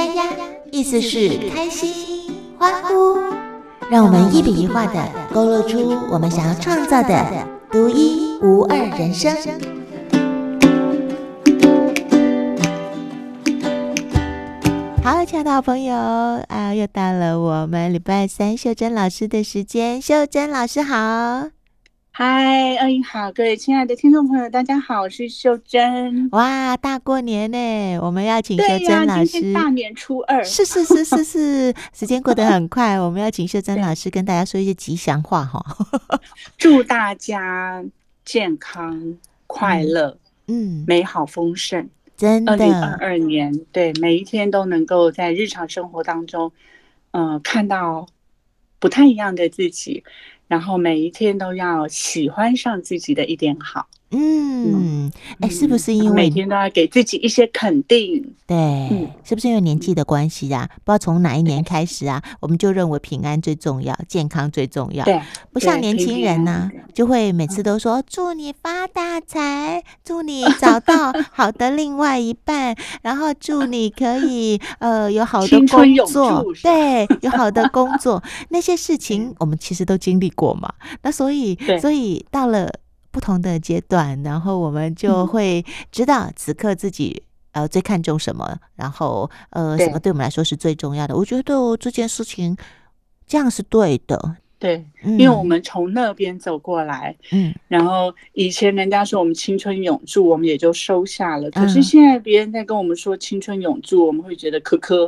呀呀，意思是开心、欢呼。让我们一笔一画的勾勒出我们想要创造的独一无二人生。好，亲爱的好朋友啊，又到了我们礼拜三秀珍老师的时间。秀珍老师好。 嗨，恩好，各位亲爱的听众朋友，大家好，我是秀珍。 哇，大过年呢，我们要请秀对呀， 珍老师。 今天大年初二， 是，时间过得很快，我们要请秀珍老师跟大家说一些吉祥话哈。 祝大家健康、快乐，美好丰盛。 真的 ，2022年，对，每一天都能够在日常生活当中，看到不太一样的自己，然后每一天都要喜欢上自己的一点好。 是不是因为每天都要给自己一些肯定？ 对，是不是因为年纪的关系啊？不知道从哪一年开始啊，我们就认为平安最重要，健康最重要。 对， 不像年轻人啊，就会每次都说祝你发大财，祝你找到好的另外一半，然后祝你可以有好的工作，对，有好的工作。那些事情我们其实都经历过嘛，那所以到了不同的阶段，然后我们就会知道此刻自己最看重什么，然后什么对我们来说是最重要的。我觉得这件事情这样是对的。 对，因为我们从那边走过来，然后以前人家说我们青春永驻，我们也就收下了。可是现在别人在跟我们说青春永驻，我们会觉得苛刻。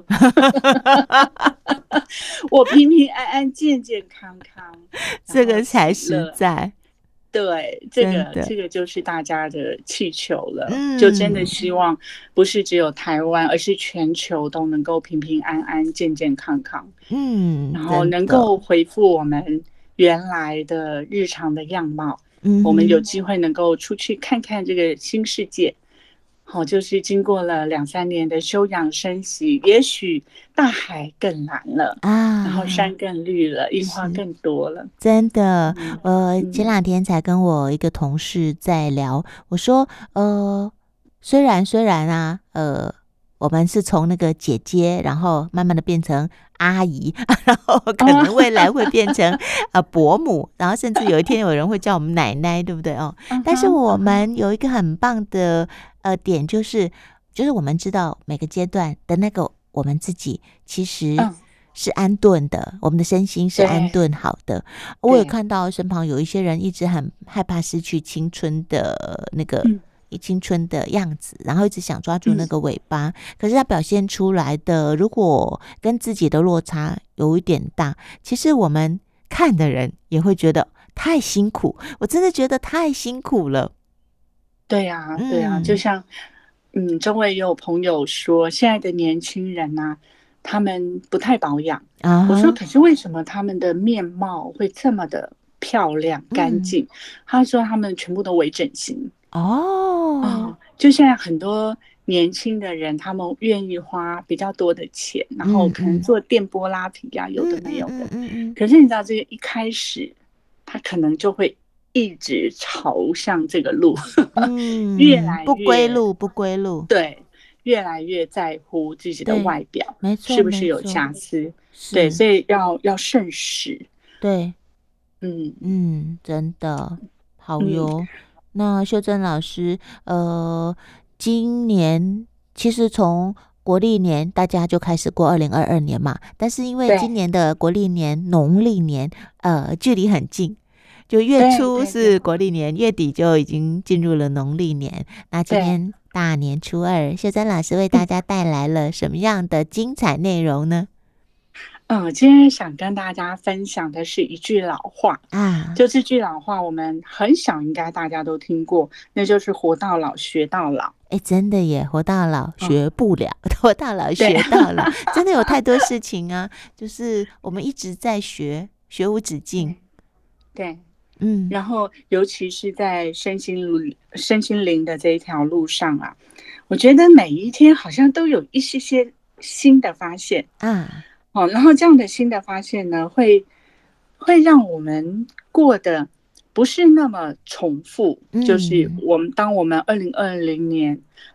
我平平安安、健健康康， 这个才实在。 对，这个就是大家的气球了。就真的希望不是只有台湾，而是全球都能够平平安安、健健康康。然后能够恢复我们原来的日常的样貌。我们有机会能够出去看看这个新世界。好，就是经过了2-3年的休养生息，也许大海更蓝了啊，然后山更绿了，樱花更多了。 真的，前2天才跟我一个同事在聊，我说，虽然啊，我们是从那个姐姐，然后慢慢的变成阿姨，然后可能未来会变成伯母，然后甚至有一天有人会叫我们奶奶，对不对哦？但是我们有一个很棒的点，就是我们知道每个阶段的那个我们自己其实是安顿的，我们的身心是安顿好的。我有看到身旁有一些人一直很害怕失去青春的那个青春的样子，然后一直想抓住那个尾巴，可是他表现出来的如果跟自己的落差有一点大，其实我们看的人也会觉得太辛苦，我真的觉得太辛苦了。 对呀，就像周围也有朋友说现在的年轻人啊，他们不太保养。我说可是为什么他们的面貌会这么的漂亮干净？他说他们全部都微整形。就现在很多年轻的人，他们愿意花比较多的钱，然后可能做电波拉皮啊，有的没有的。可是你知道，这个一开始他可能就会一直朝向这个路，越来越不归路。 对，越来越在乎自己的外表， 没错， 是不是有瑕疵？对，所以要慎始。 对，真的好哟。那秀珍老师，今年其实从国历年大家就开始过2022年嘛，但是因为今年的国历年农历年距离很近，就月初是国历年，月底就已经进入了农历年。那今天大年初二，秀珍老师为大家带来了什么样的精彩内容呢？ 今天想跟大家分享的是一句老话啊，就这句老话我们很小应该大家都听过，那就是活到老学到老。 真的耶，活到老学不了，活到老学到老，真的有太多事情啊，就是我们一直在学无止境。 对，然后尤其是在身心灵的这一条路上啊，我觉得每一天好像都有一些新的发现啊。然后这样的新的发现呢，会让我们过得不是那么重复。就是当我们2020年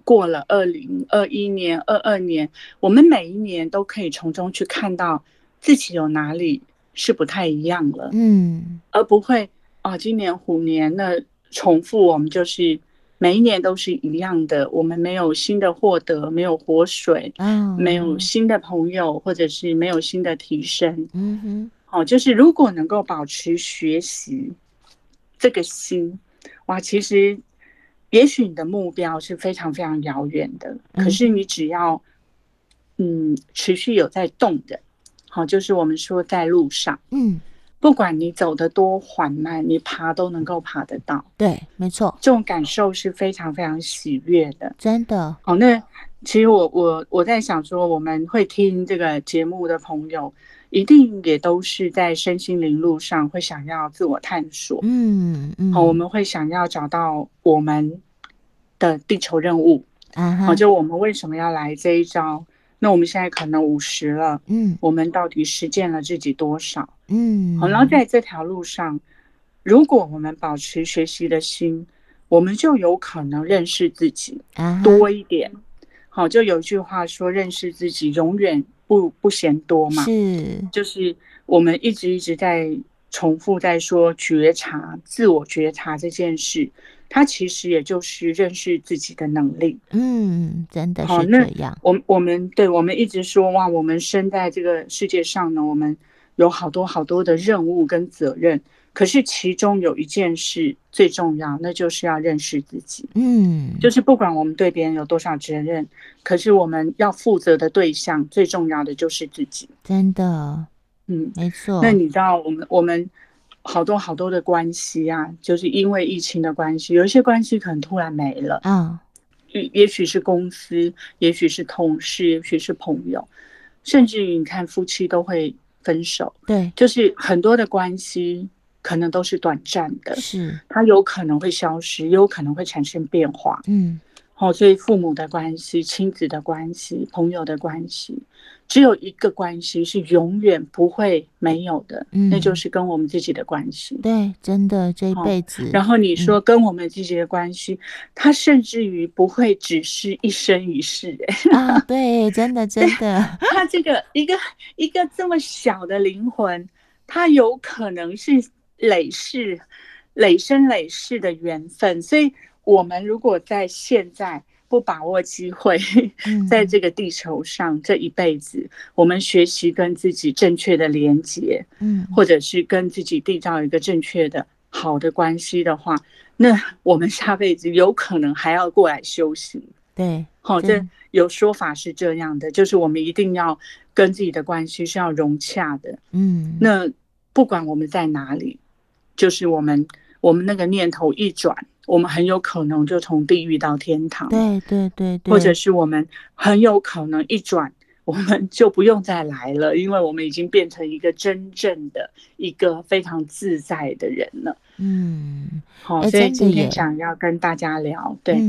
过了2021年、22年，我们每一年都可以从中去看到自己有哪里是不太一样了，而不会今年虎年那重复，我们就是每一年都是一样的，我们没有新的获得，没有活水，没有新的朋友，或者是没有新的提升。就是如果能够保持学习这个心，哇，其实也许你的目标是非常非常遥远的，可是你只要持续有在动的，就是我们说在路上，不管你走得多缓慢，你爬都能够爬得到。 对，没错， 这种感受是非常非常喜悦的， 真的。 那其实我在想说，我们会听这个节目的朋友，一定也都是在身心灵路上会想要自我探索。我们会想要找到我们的地球任务。就我们为什么要来这一招？那我们现在可能50了，我们到底实践了自己多少？然后在这条路上，如果我们保持学习的心，我们就有可能认识自己多一点。就有一句话说，认识自己永远不嫌多嘛，就是我们一直在重复在说觉察、自我觉察这件事，它其实也就是认识自己的能力。 真的是这样。 我们一直说哇，我们生在这个世界上呢，我们有好多好多的任务跟责任，可是其中有一件事最重要，那就是要认识自己。就是不管我们对别人有多少责任，可是我们要负责的对象最重要的就是自己。 真的，没错。 那你知道我们好多好多的关系啊，就是因为疫情的关系，有一些关系可能突然没了也许是公司，也许是同事，也许是朋友，甚至于你看夫妻都会分手。 对， 就是很多的关系可能都是短暂的，它有可能会消失，也有可能会产生变化。所以父母的关系、亲子的关系、朋友的关系，只有一个关系是永远不会没有的，那就是跟我们自己的关系。 对，真的这一辈子。 然后你说跟我们自己的关系，它甚至于不会只是一生一世。 对，真的真的。 它这个一个这么小的灵魂，它有可能是累生累世的缘分，所以我们如果在现在不把握机会，在这个地球上这一辈子，我们学习跟自己正确的连结，或者是跟自己缔造一个正确的好的关系的话，那我们下辈子有可能还要过来修行。 对， 这有说法是这样的，就是我们一定要跟自己的关系是要融洽的。那不管我们在哪里，就是我们那个念头一转，我们很有可能就从地狱到天堂。 对对对对， 或者是我们很有可能一转，我们就不用再来了，因为我们已经变成一个真正的一个非常自在的人了。所以今天想要跟大家聊，对，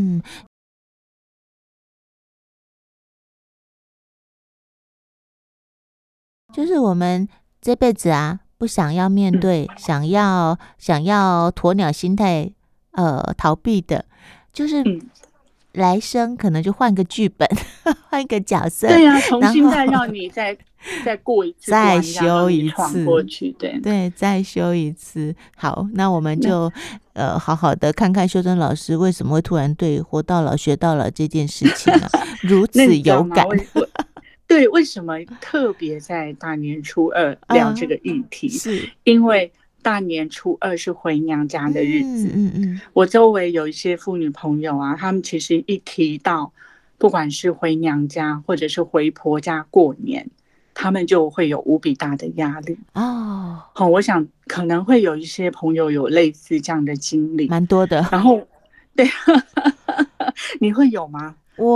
就是我们这辈子啊，不想要面对，想要鸵鸟心态，逃避的，就是来生可能就换个剧本，换一个角色， 对呀，重新再让你再过一次关， 再修一次过去，对， 再修一次。好，那我们就好好的看看秀珍老师为什么会突然对活到老学到老这件事情如此有感。 对，为什么特别在大年初二聊这个议题？是因为大年初二是回娘家的日子。我周围有一些妇女朋友啊，她们其实一提到不管是回娘家或者是回婆家过年，她们就会有无比大的压力。我想可能会有一些朋友有类似这样的经历， 蛮多的。 然后，对，你会有吗？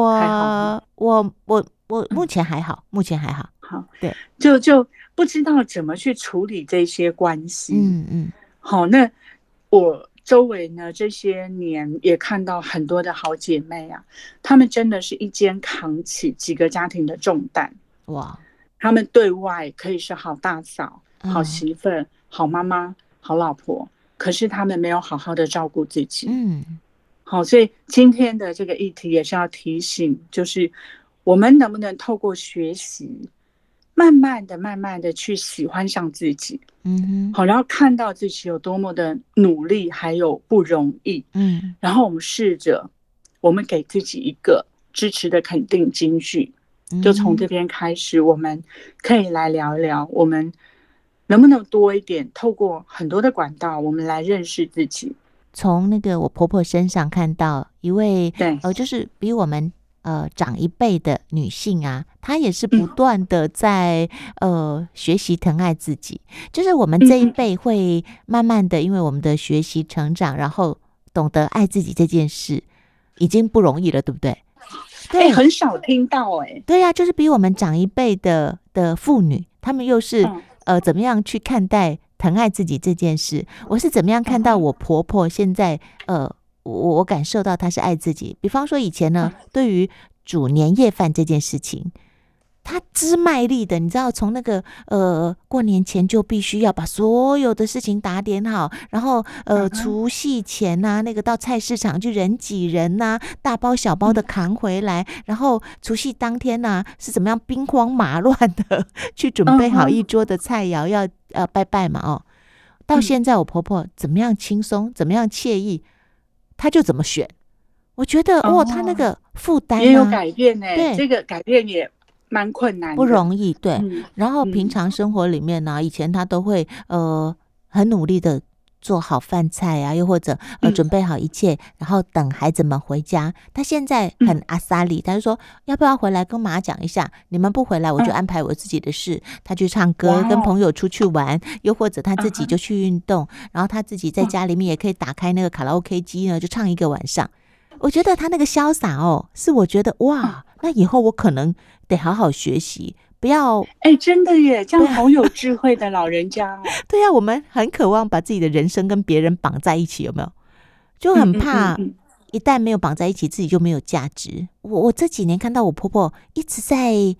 我目前还好， 好， 对， 就不知道怎么去处理这些关系。好，那我周围呢这些年也看到很多的好姐妹啊，她们真的是一肩扛起几个家庭的重担。哇，她们对外可以是好大嫂、好媳妇儿、好妈妈、好老婆，可是她们没有好好的照顾自己。 好，所以今天的这个议题也是要提醒，就是我们能不能透过学习，慢慢的去喜欢上自己，好，然后看到自己有多么的努力，还有不容易，然后我们试着，我们给自己一个支持的肯定金句，就从这边开始，我们可以来聊一聊，我们能不能多一点，透过很多的管道，我们来认识自己。 从那个我婆婆身上看到一位，就是比我们长一辈的女性啊，她也是不断的在学习疼爱自己。就是我们这一辈会慢慢的，因为我们的学习成长，然后懂得爱自己这件事，已经不容易了，对不对？ 对，很少听到对呀，就是比我们长一辈的妇女，她们又是怎么样去看待疼爱自己这件事？我是怎么样看到我婆婆现在我感受到她是爱自己。比方说以前呢，对于煮年夜饭这件事情，她之卖力的，你知道，从那个过年前就必须要把所有的事情打点好，然后除夕前啊，那个到菜市场去人挤人啊，大包小包的扛回来，然后除夕当天啊是怎么样兵荒马乱的去准备好一桌的菜肴，要拜拜嘛到现在我婆婆怎么样轻松，怎么样惬意，她就怎么选。我觉得她那个负担也有改变对， 这个改变也蛮困难的， 不容易，对。然后平常生活里面呢，以前他都会很努力的做好饭菜啊，又或者准备好一切，然后等孩子们回家。他现在很阿萨里，他就说要不要回来跟妈讲一下，你们不回来我就安排我自己的事。他去唱歌，跟朋友出去玩，又或者他自己就去运动，然后他自己在家里面也可以打开那个卡拉 OK 机呢，就唱一个晚上。我觉得他那个潇洒是我觉得哇，那以后我可能得好好学习，不要真的耶，这样好有智慧的老人家对呀，我们很渴望把自己的人生跟别人绑在一起，有没有？就很怕一旦没有绑在一起，自己就没有价值。我这几年看到我婆婆一直在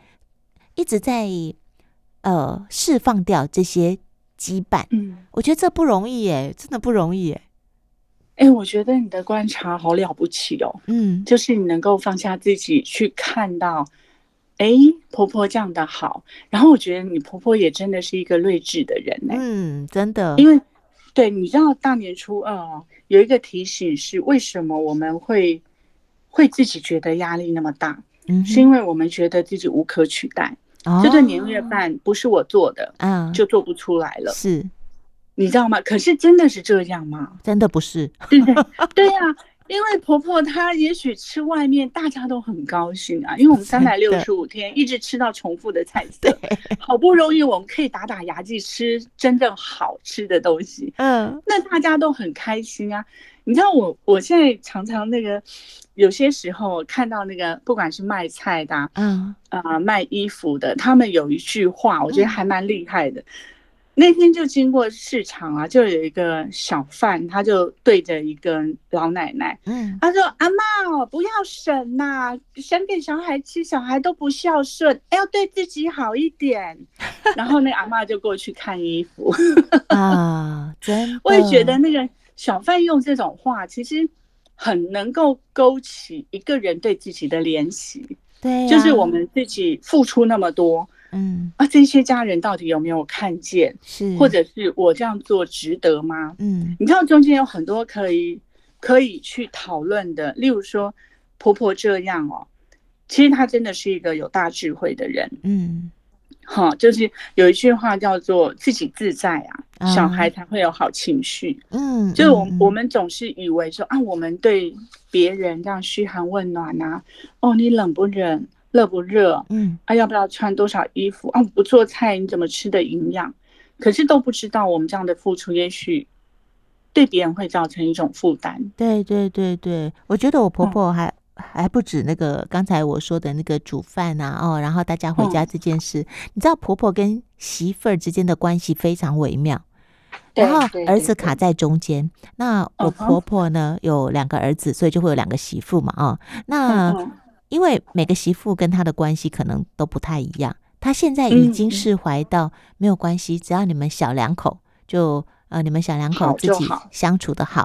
释放掉这些羁绊，我觉得这不容易耶，真的不容易耶。 我觉得你的观察好了不起哦，就是你能够放下自己去看到，婆婆这样的好，然后我觉得你婆婆也真的是一个睿智的人真的， 因为对，你知道大年初二有一个提醒是为什么我们会自己觉得压力那么大，是因为我们觉得自己无可取代，这顿年夜饭不是我做的，就做不出来了， 是。 你知道吗？可是真的是这样吗？ 真的不是， 对不对？对呀，因为婆婆她也许吃外面大家都很高兴啊，因为我们365天一直吃到重复的菜色，好不容易我们可以打牙祭吃真正好吃的东西，那大家都很开心啊。你知道我现在常常那个有些时候看到那个不管是卖菜的卖衣服的，他们有一句话我觉得还蛮厉害的。那天就经过市场啊，就有一个小贩，他就对着一个老奶奶，他说：“阿嬷不要省呐，省给小孩吃，小孩都不孝顺，要对自己好一点。”然后那阿嬷就过去看衣服真的， 我也觉得那个小贩用这种话，其实很能够勾起一个人对自己的怜惜， 对， 就是我们自己付出那么多。这些家人到底有没有看见？ 是， 或者是我这样做值得吗？你知道中间有很多可以去讨论的，例如说婆婆这样其实她真的是一个有大智慧的人。就是有一句话叫做自己自在小孩才会有好情绪。就是我们总是以为说我们对别人这样嘘寒问暖你冷不冷？热不热？要不要穿多少衣服？不做菜你怎么吃的营养？可是都不知道我们这样的付出，也许对别人会造成一种负担。 对对对对，我觉得我婆婆还不止那个刚才我说的那个煮饭然后大家回家这件事，你知道婆婆跟媳妇儿之间的关系非常微妙，然后儿子卡在中间。那我婆婆呢有2个儿子，所以就会有2个媳妇嘛那因为每个媳妇跟她的关系可能都不太一样，她现在已经释怀到没有关系，只要你们小两口就你们小两口自己相处的好，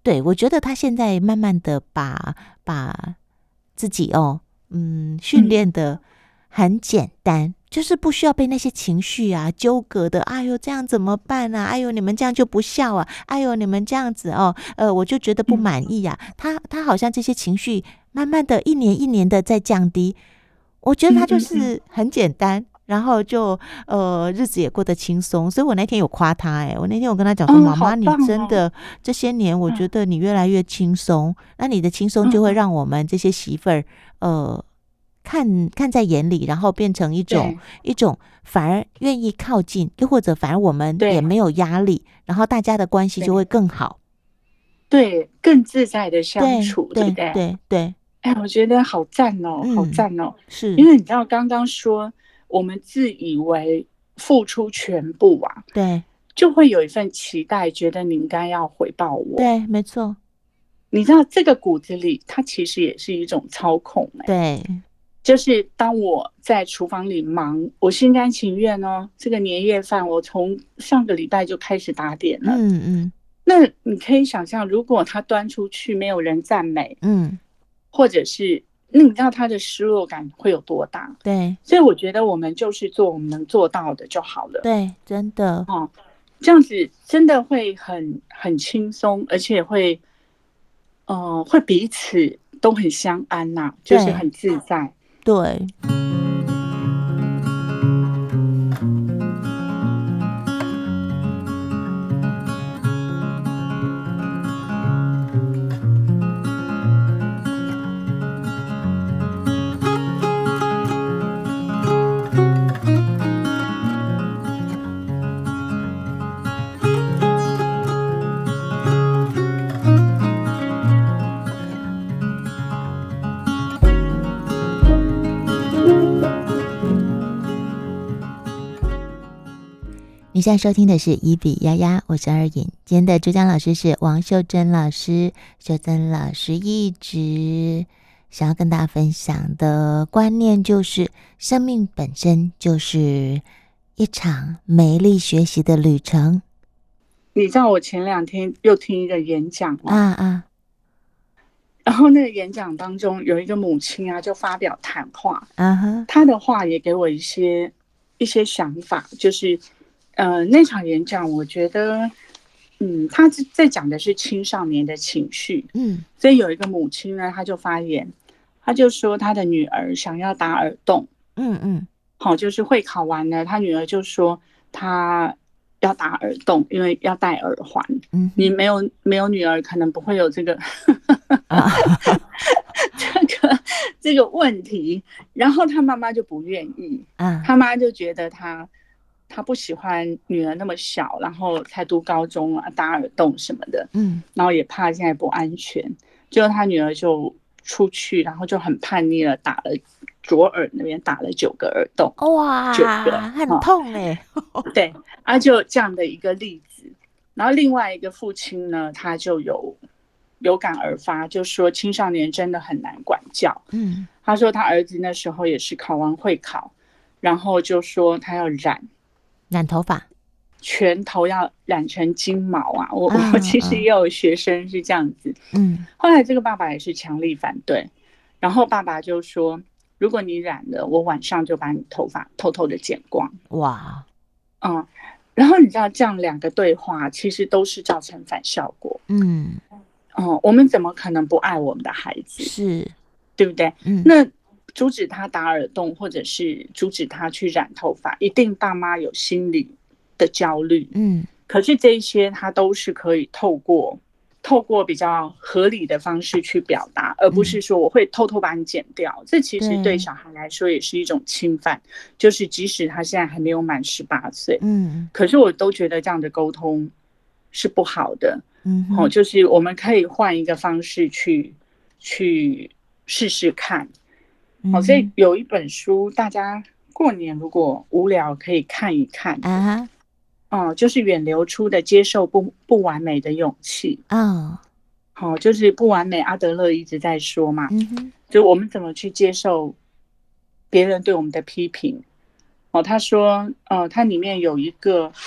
对，我觉得他现在慢慢的把自己训练的很简单，就是不需要被那些情绪啊纠葛的。哎呦，这样怎么办啊？哎呦，你们这样就不孝啊！哎呦，你们这样子我就觉得不满意啊。他好像这些情绪慢慢的一年一年的在降低。我觉得他就是很简单，然后就日子也过得轻松。所以我那天有夸他，我那天我跟他讲说，妈妈，你真的这些年，我觉得你越来越轻松。那你的轻松就会让我们这些媳妇儿看在眼里，然后变成一种反而愿意靠近，又或者反而我们也没有压力，然后大家的关系就会更好， 对，更自在的相处，对不对？ 对。 哎，我觉得好赞哦，好赞哦！ 是因为你知道，刚刚说我们自以为付出全部啊， 对， 就会有一份期待，觉得你应该要回报我。 对，没错。 你知道，这个骨子里，它其实也是一种操控。 对， 就是当我在厨房里忙，我心甘情愿哦。这个年夜饭，我从上个礼拜就开始打点了。那你可以想象，如果他端出去没有人赞美，或者是那你知道他的失落感会有多大？ 对， 所以我觉得我们就是做我们能做到的就好了。 对，真的这样子真的会很轻松，而且会彼此都很相安呐，就是很自在。 对。你现在收听的是一笔丫丫，我是二颖。今天的主讲老师是王秀珍老师。秀珍老师一直想要跟大家分享的观念就是，生命本身就是一场美丽学习的旅程。 你知道我前2天又听一个演讲然后那个演讲当中有一个母亲啊，就发表谈话，她的话也给我一些想法，就是那场演讲我觉得他在讲的是青少年的情绪，所以有一个母亲呢，她就发言，她就说她的女儿想要打耳洞，好，就是会考完了，她女儿就说她要打耳洞，因为要戴耳环。你没有女儿，可能不会有这个这个问题。然后她妈妈就不愿意，她妈就觉得她不喜欢女儿那么小，然后才读高中啊，打耳洞什么的，然后也怕现在不安全。结果她女儿就出去，然后就很叛逆了，打了左耳那边打了9个耳洞， 哇 9个， 很痛对，就这样的一个例子。然后另外一个父亲呢，他就有感而发，就说青少年真的很难管教。他说他儿子那时候也是考完会考，然后就说他要染头发， 全头要染成金毛啊！我其实也有学生是这样子。后来这个爸爸也是强力反对，然后爸爸就说，如果你染了，我晚上就把你头发偷偷的剪光。 哇， 然后你知道这样2个对话其实都是造成反效果。我们怎么可能不爱我们的孩子？ 是， 对不对？那阻止他打耳洞，或者是阻止他去染头发，一定爸妈有心理的焦虑。可是这些他都是可以透过比较合理的方式去表达，而不是说我会偷偷把你剪掉。这其实对小孩来说也是一种侵犯，就是即使他现在还没有满18岁，可是我都觉得这样的沟通是不好的。就是我们可以换一个方式去试试看。所以有一本书，大家过年如果无聊可以看一看就是远流出的《接受不完美的勇气》。就是不完美，阿德勒一直在说嘛，就我们怎么去接受别人对我们的批评。他说它里面有一个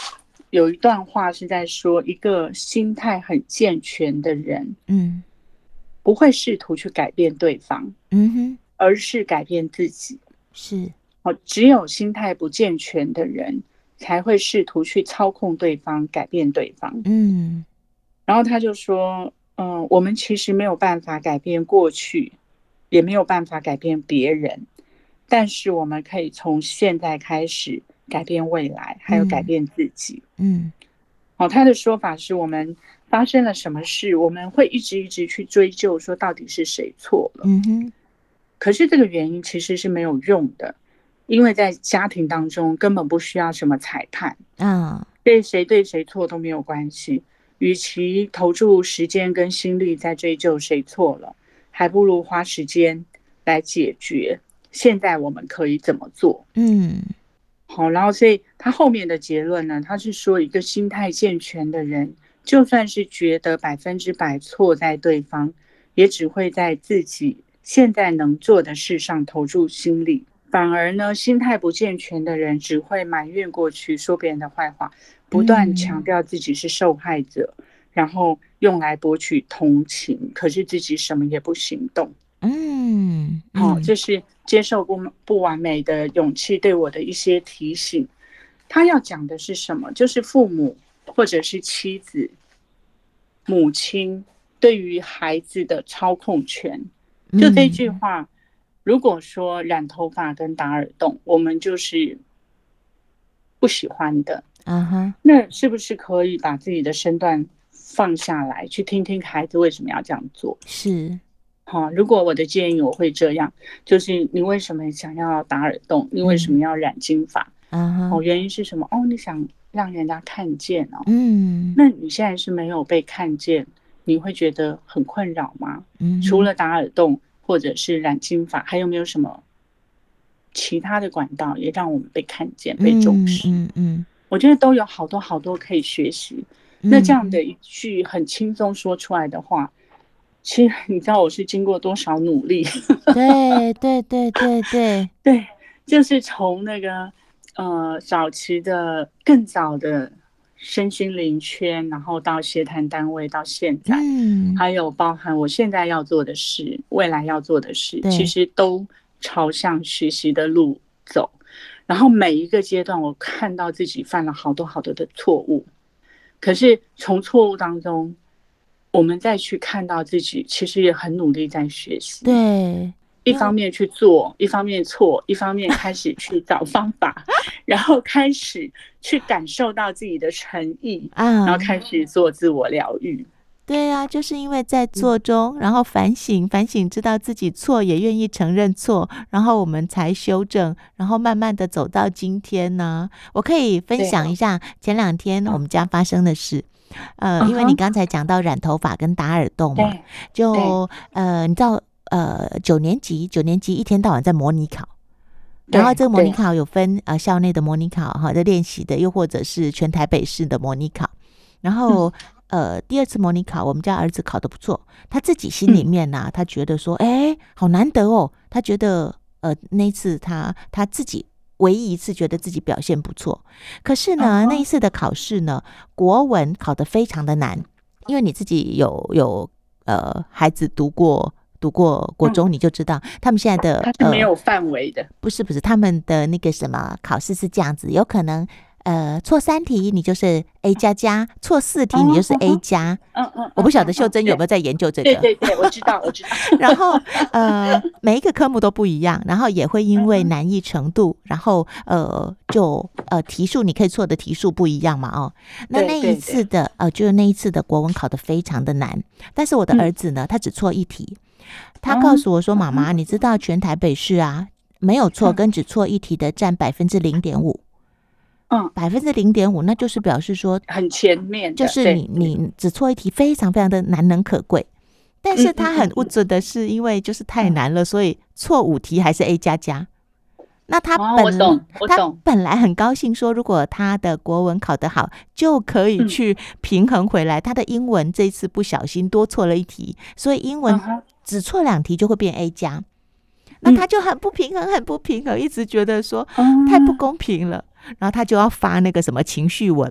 有一段话是在说，一个心态很健全的人，不会试图去改变对方，而是改变自己。 是， 只有心态不健全的人才会试图去操控对方，改变对方。然后他就说，我们其实没有办法改变过去，也没有办法改变别人，但是我们可以从现在开始改变未来，还有改变自己。他的说法是，我们发生了什么事，我们会一直去追究说到底是谁错了。可是这个原因其实是没有用的，因为在家庭当中根本不需要什么裁判，对谁错都没有关系。与其投注时间跟心力在追究谁错了，还不如花时间来解决现在我们可以怎么做。好，然后所以他后面的结论呢，他是说一个心态健全的人，就算是觉得100%错在对方，也只会在自己现在能做的事上投注心力。反而呢，心态不健全的人只会埋怨过去，说别人的坏话，不断强调自己是受害者，然后用来博取同情，可是自己什么也不行动。这是接受不完美的勇气对我的一些提醒。他要讲的是什么？就是父母或者是妻子、母亲对于孩子的操控权。就这句话，如果说染头发跟打耳洞我们就是不喜欢的，那是不是可以把自己的身段放下来，去听听孩子为什么要这样做？ 是， 如果我的建议我会这样，就是你为什么想要打耳洞？你为什么要染金发？原因是什么？你想让人家看见哦。那你现在是没有被看见，你会觉得很困扰吗？除了打耳洞或者是染金发，还有没有什么其他的管道也让我们被看见、被重视？我觉得都有好多可以学习。那这样的一句很轻松说出来的话，其实你知道我是经过多少努力？ 对， 就是从那个早期的更早的身心灵圈，然后到协谈单位，到现在，还有包含我现在要做的事，未来要做的事，其实都朝向学习的路走。然后每一个阶段，我看到自己犯了好多的错误，可是从错误当中，我们再去看到自己，其实也很努力在学习。 对。 一方面去做，一方面错，一方面开始去找方法，然后开始去感受到自己的诚意，然后开始做自我疗愈。 对啊，就是因为在做中，然后反省，知道自己错，也愿意承认错，然后我们才修正，然后慢慢的走到今天呢。我可以分享一下前2天我们家发生的事。因为你刚才讲到染头发跟打耳洞嘛，就你知道9年级一天到晚在模拟考，然后这个模拟考有分校内的模拟考在练习的，又或者是全台北市的模拟考。然后第2次模拟考，我们家儿子考得不错，他自己心里面啊，他觉得说，好难得哦，他觉得那一次他自己唯一一次觉得自己表现不错。可是呢，那一次的考试呢，国文考得非常的难，因为你自己有孩子读过国中，你就知道他们现在的它是没有范围的， 不是他们的那个什么考试是这样子，有可能错3题你就是 A++，错4题你就是 A+。我不晓得秀珍有没有在研究这个。 对，我知道。 然后每一个科目都不一样，然后也会因为难易程度，然后就题数你可以错的题数不一样嘛那一次的就是那一次的国文考得非常的难，但是我的儿子呢，他只错1题。他告诉我说，妈妈，你知道全台北市啊，没有错跟只错1题的占 0.5%。0.5%，那就是表示说很前面的， 就是你只错1题非常非常的难能可贵。但是他很不准的是，因为就是太难了，所以错5题还是 A++。那他本来很高兴说，如果他的国文考得好，就可以去平衡回来。他的英文这一次不小心多错了1题，所以英文只错2题就会变 A+。那他就很不平衡，一直觉得说太不公平了。然后他就要发那个什么情绪文嘛，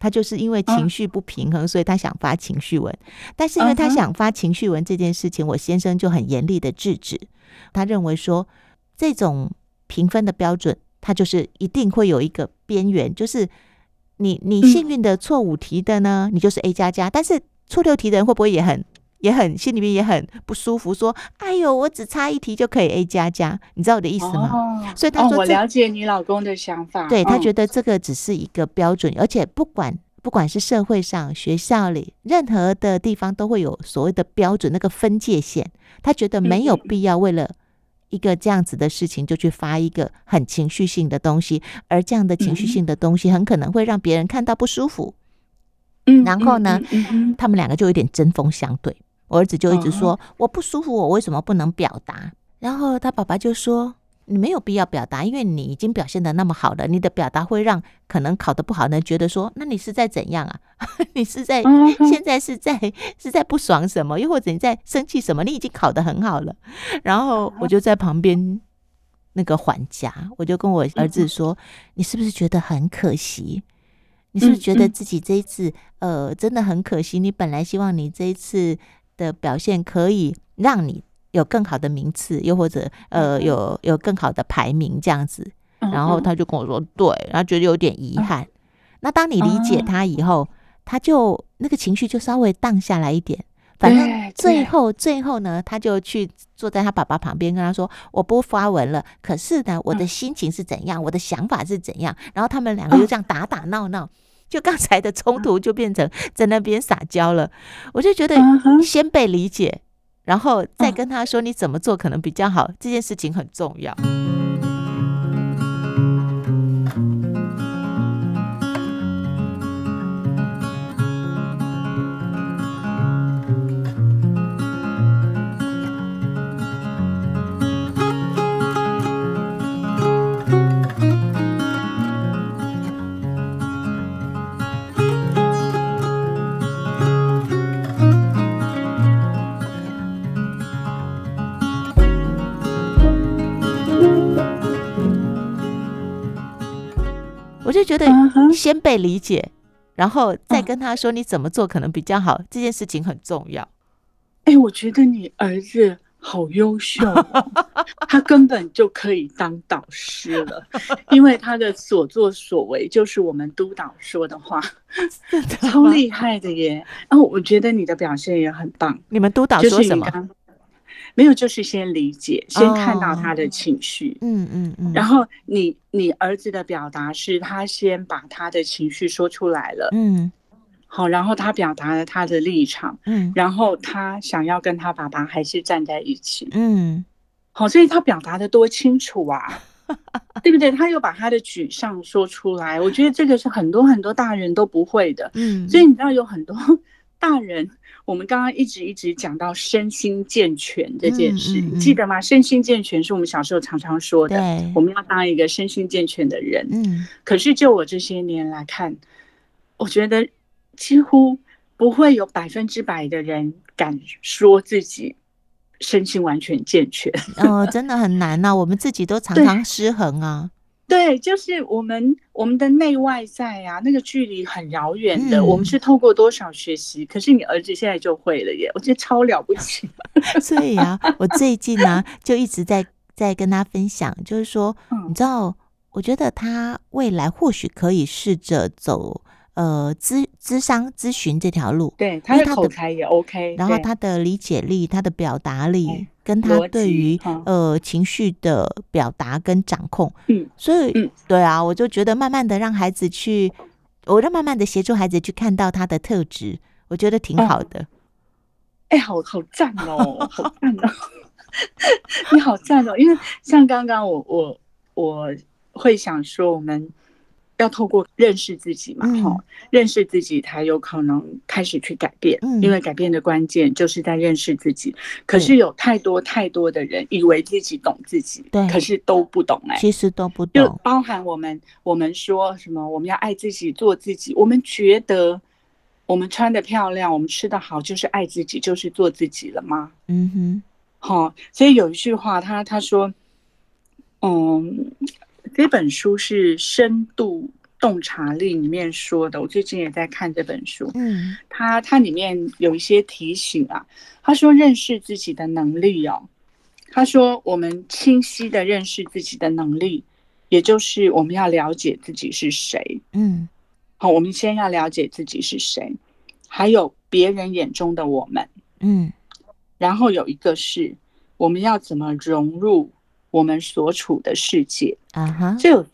他就是因为情绪不平衡，所以他想发情绪文。但是因为他想发情绪文这件事情，我先生就很严厉的制止。他认为说，这种评分的标准，它就是一定会有一个边缘，就是你幸运的错5题的呢，你就是 A 加加，但是错6题的人会不会也很心里面也很不舒服，说哎呦我只差1题就可以 A 加加，你知道我的意思吗？所以他说我了解你老公的想法。 对，他觉得这个只是一个标准，而且不管是社会上、学校里，任何的地方都会有所谓的标准，那个分界线。他觉得没有必要为了一个这样子的事情就去发一个很情绪性的东西，而这样的情绪性的东西很可能会让别人看到不舒服。然后呢，他们2个就有点针锋相对。我儿子就一直说，我不舒服，我为什么不能表达？然后他爸爸就说，你没有必要表达，因为你已经表现得那么好了，你的表达会让可能考得不好的人觉得说，那你是在怎样啊？你是在现在是在不爽什么？又或者你在生气什么？你已经考得很好了。然后我就在旁边那个缓颊，我就跟我儿子说，你是不是觉得很可惜？你是不是觉得自己这一次真的很可惜？你本来希望你这一次的表现可以让你有更好的名次，又或者有更好的排名这样子。然后他就跟我说，对，然后觉得有点遗憾。那当你理解他以后，他就那个情绪就稍微荡下来一点。反正最后呢，他就去坐在他爸爸旁边跟他说，我不发文了，可是呢我的心情是怎样，我的想法是怎样。然后他们2个就这样打打闹闹，就刚才的冲突就变成在那边撒娇了。我就觉得先被理解，然后再跟他说你怎么做可能比较好，这件事情很重要。我就觉得先被理解，然后再跟他说你怎么做可能比较好，这件事情很重要。 我觉得你儿子好优秀他根本就可以当导师了，因为他的所作所为就是我们督导说的话，超厉害的耶。我觉得你的表现也很棒。 你们督导说什么？ 没有，就是先理解，先看到他的情绪。然后你儿子的表达是他先把他的情绪说出来了。好，然后他表达了他的立场。然后他想要跟他爸爸还是站在一起。好，所以他表达的多清楚啊，对不对？他又把他的沮丧说出来，我觉得这个是很多很多大人都不会的。所以你知道有很多大人，我们刚刚一直讲到身心健全这件事，你记得吗？身心健全是我们小时候常常说的，我们要当一个身心健全的人。可是就我这些年来看，我觉得几乎不会有100%的人敢说自己身心完全健全。 真的很难啊，我们自己都常常失衡啊。 对，就是我们的内外在啊，那个距离很遥远的。我们是透过多少学习，可是你儿子现在就会了耶，我觉得超了不起。 所以啊，我最近呢就一直在跟他分享，就是说，你知道，我觉得他未来或许可以试着走咨商咨询这条路。 对，他的口才也 OK， 然后他的理解力、他的表达力，跟他对于情绪的表达跟掌控。所以对啊，我就觉得慢慢的让孩子去，慢慢的协助孩子去看到他的特质，我觉得挺好的。 好赞哦，好赞哦。你好赞哦，因为像刚刚我会想说，我们要透过认识自己嘛，认识自己才有可能开始去改变。因为改变的关键就是在认识自己。可是有太多太多的人以为自己懂自己，可是都不懂。 其实都不懂， 就包含我们说什么我们要爱自己做自己，我们觉得我们穿得漂亮，我们吃得好就是爱自己，就是做自己了吗？所以有一句话他说这本书是深度洞察力里面说的，我最近也在看这本书，它里面有一些提醒啊，他说认识自己的能力哦，他说我们清晰的认识自己的能力，也就是我们要了解自己是谁，好，我们先要了解自己是谁，还有别人眼中的我们，然后有一个是我们要怎么融入我们所处的世界，这有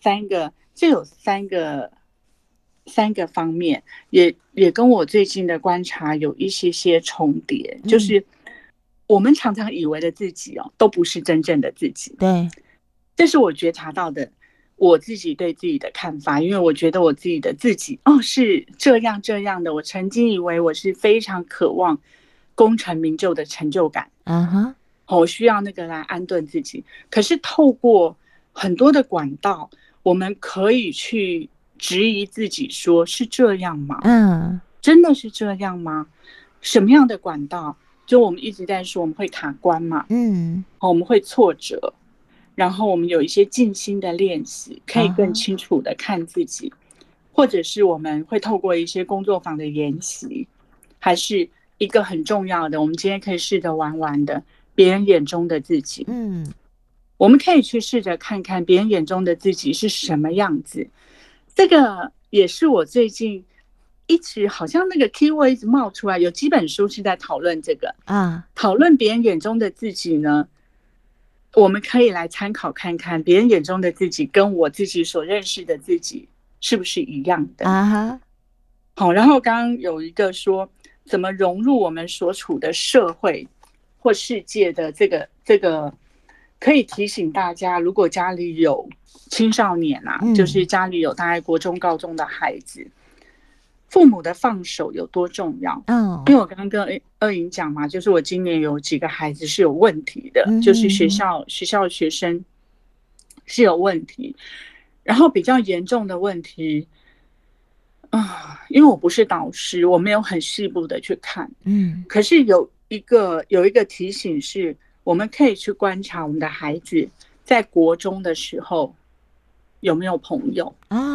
三个方面，也跟我最近的观察有一些重叠，就是我们常常以为的自己哦，都不是真正的自己。 对， 这是我觉察到的，我自己对自己的看法，因为我觉得我自己的自己哦是这样的，我曾经以为我是非常渴望功成名就的成就感，我需要那个来安顿自己。可是透过很多的管道，我们可以去质疑自己，说是这样吗？真的是这样吗？什么样的管道？就我们一直在说，我们会卡关嘛，我们会挫折，然后我们有一些静心的练习，可以更清楚的看自己，或者是我们会透过一些工作坊的研习，还是一个很重要的，我们今天可以试着玩玩的别人眼中的自己，我们可以去试着看看别人眼中的自己是什么样子。这个也是我最近一直好像那个 keyword 一直冒出来，有几本书是在讨论这个讨论别人眼中的自己呢，我们可以来参考看看别人眼中的自己跟我自己所认识的自己是不是一样的好，然后刚刚有一个说怎么融入我们所处的社会或世界的这个可以提醒大家，如果家里有青少年就是家里有大概国中高中的孩子，父母的放手有多重要？因为我刚刚跟二莹讲嘛，就是我今年有几个孩子是有问题的，就是学校的学生是有问题，然后比较严重的问题因为我不是导师，我没有很细部的去看，可是有一个提醒是，我们可以去观察我们的孩子在国中的时候有没有朋友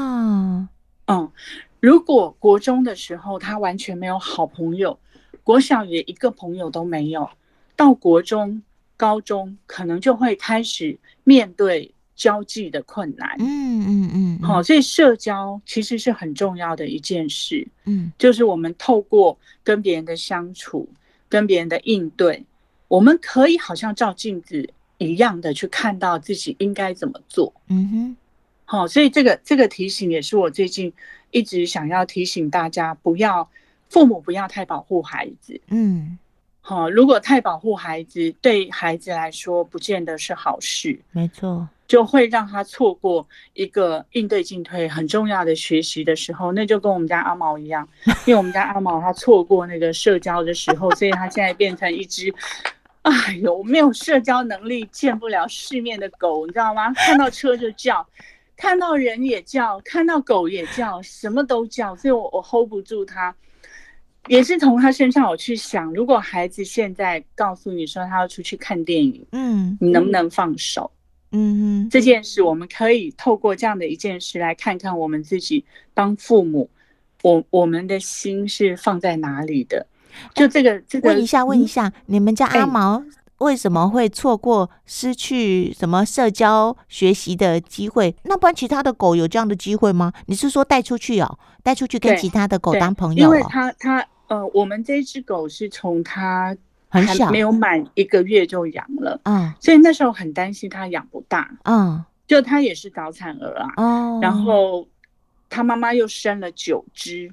如果国中的时候他完全没有好朋友，国小也一个朋友都没有，到国中高中可能就会开始面对交际的困难所以社交其实是很重要的一件事就是我们透过跟别人的相处，跟别人的应对，我们可以好像照镜子一样的去看到自己应该怎么做所以这个提醒也是我最近一直想要提醒大家，父母不要太保护孩子如果太保护孩子，对孩子来说不见得是好事， 没错， 就会让他错过一个应对进退很重要的学习的时候。那就跟我们家阿毛一样，因为我们家阿毛他错过那个社交的时候，所以他现在变成一只没有社交能力见不了世面的狗，你知道吗？看到车就叫，看到人也叫，看到狗也叫，什么都叫，所以我 hold 不住他。也是从他身上我去想，如果孩子现在告诉你说他要出去看电影你能不能放手这件事，我们可以透过这样的一件事来看看我们自己当父母我们的心是放在哪里的。就这个问一下你们家阿毛为什么会错过失去什么社交学习的机会？那不然其他的狗有这样的机会吗？你是说带出去跟其他的狗当朋友因为我们这只狗是从它还没有满1个月就养了所以那时候很担心它养不大就它也是早产儿然后它妈妈又生了9只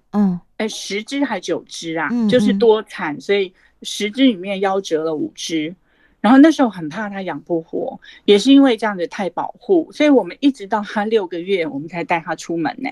10只还9只就是多产，所以10只里面夭折了5只，然后那时候很怕它养不活，也是因为这样子太保护，所以我们一直到它6个月我们才带它出门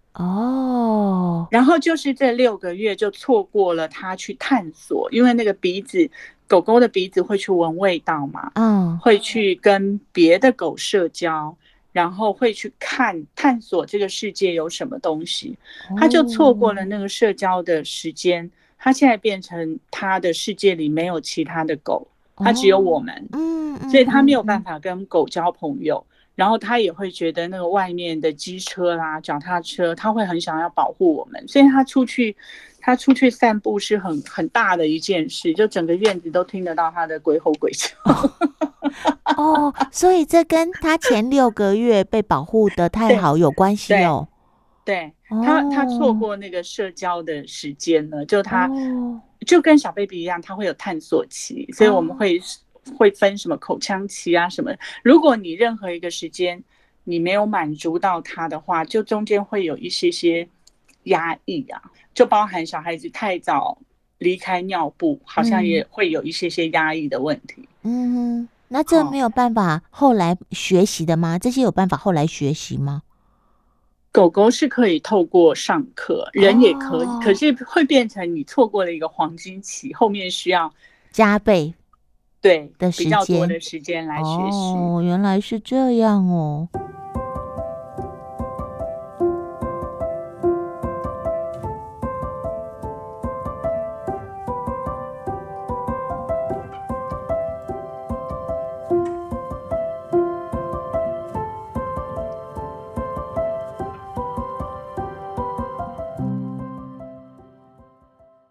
然后就是这6个月就错过了它去探索，因为那个狗狗的鼻子会去闻味道嘛会去跟别的狗社交，然后会去探索这个世界有什么东西它就错过了那个社交的时间，它现在变成它的世界里没有其他的狗它只有我们所以它没有办法跟狗交朋友， 然后他也会觉得那个外面的机车啦、脚踏车，他会很想要保护我们，所以他出去散步是很大的一件事，就整个院子都听得到他的鬼吼鬼叫。 哦，所以这跟他前6个月被保护的太好有关系哦。 对，他错过那个社交的时间了，就他就跟小 baby 一样，他会有探索期，所以我们会分什么口腔期啊什么。如果你任何一个时间你没有满足到他的话，就中间会有一些压抑啊，就包含小孩子太早离开尿布，好像也会有一些压抑的问题。 那这没有办法后来学习的吗？这些有办法后来学习吗？ 狗狗是可以透过上课，人也可以，可是会变成你错过了一个黄金期，后面需要加倍对的时间， 比较多的时间来学习。 原来是这样哦。